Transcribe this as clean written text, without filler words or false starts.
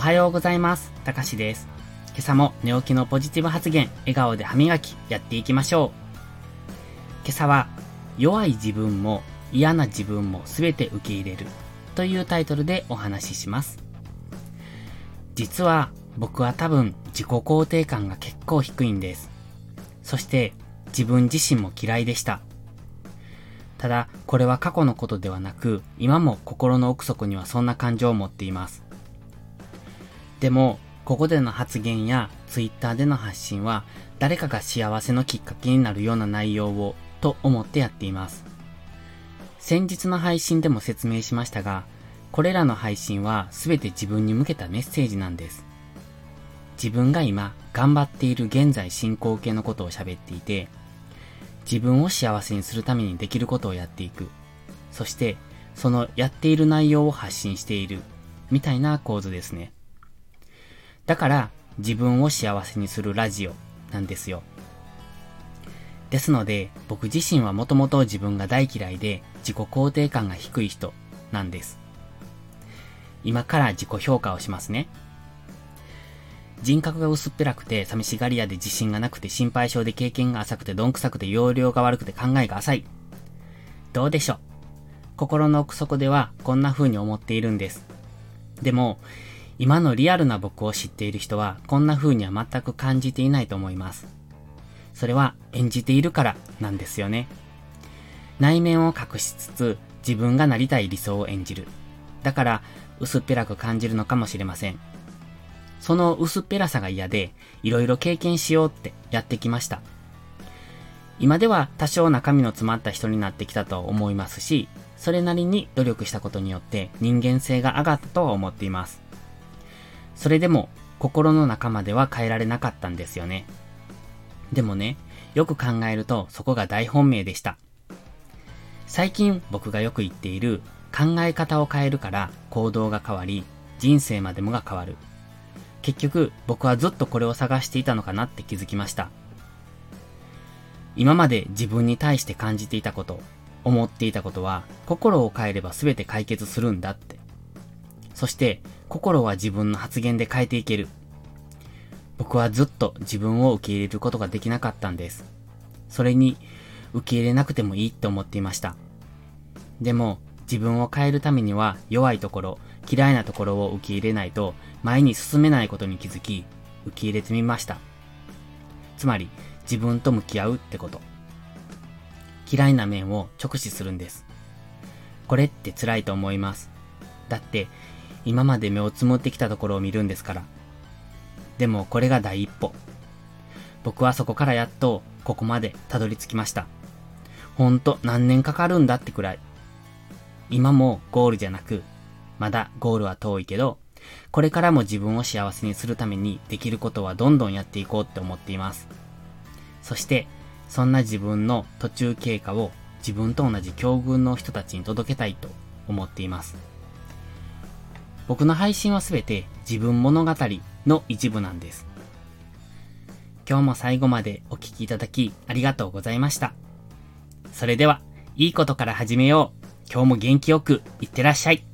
はようございます。たかしです。今朝も寝起きのポジティブ発言、笑顔で歯磨きやっていきましょう。今朝は弱い自分も嫌な自分もすべて受け入れるというタイトルでお話しします。実は僕は多分自己肯定感が結構低いんです。そして自分自身も嫌いでした。ただこれは過去のことではなく、今も心の奥底にはそんな感情を持っています。でもここでの発言やツイッターでの発信は誰かが幸せのきっかけになるような内容をと思ってやっています。先日の配信でも説明しましたが、これらの配信は全て自分に向けたメッセージなんです。自分が今頑張っている現在進行形のことを喋っていて、自分を幸せにするためにできることをやっていく。そしてそのやっている内容を発信しているみたいな構図ですね。だから自分を幸せにするラジオなんですよ。ですので僕自身はもともと自分が大嫌いで自己肯定感が低い人なんです。今から自己評価をしますね。人格が薄っぺらくて寂しがり屋で自信がなくて心配性で経験が浅くてどんくさくて容量が悪くて考えが浅い。どうでしょう。心の奥底ではこんな風に思っているんです。でも今のリアルな僕を知っている人はこんな風には全く感じていないと思います。それは演じているからなんですよね。内面を隠しつつ自分がなりたい理想を演じる。だから薄っぺらく感じるのかもしれません。その薄っぺらさが嫌でいろいろ経験しようってやってきました。今では多少中身の詰まった人になってきたと思いますし、それなりに努力したことによって人間性が上がったとは思っています。それでも心の中までは変えられなかったんですよね。でもね、よく考えるとそこが大本命でした。最近僕がよく言っている考え方を変えるから行動が変わり、人生までもが変わる。結局僕はずっとこれを探していたのかなって気づきました。今まで自分に対して感じていたこと、思っていたことは心を変えれば全て解決するんだって。そして心は自分の発言で変えていける。僕はずっと自分を受け入れることができなかったんです。それに受け入れなくてもいいって思っていました。でも自分を変えるためには弱いところ、嫌いなところを受け入れないと前に進めないことに気づき、受け入れてみました。つまり自分と向き合うってこと。嫌いな面を直視するんです。これって辛いと思います。だって今まで目をつむってきたところを見るんですから。でもこれが第一歩。僕はそこからやっとここまでたどり着きました。ほんと何年かかるんだってくらい。今もゴールじゃなく、まだゴールは遠いけど、これからも自分を幸せにするためにできることはどんどんやっていこうって思っています。そしてそんな自分の途中経過を自分と同じ境遇の人たちに届けたいと思っています。僕の配信はすべて自分物語の一部なんです。今日も最後までお聞きいただきありがとうございました。それでは、いいことから始めよう。今日も元気よくいってらっしゃい。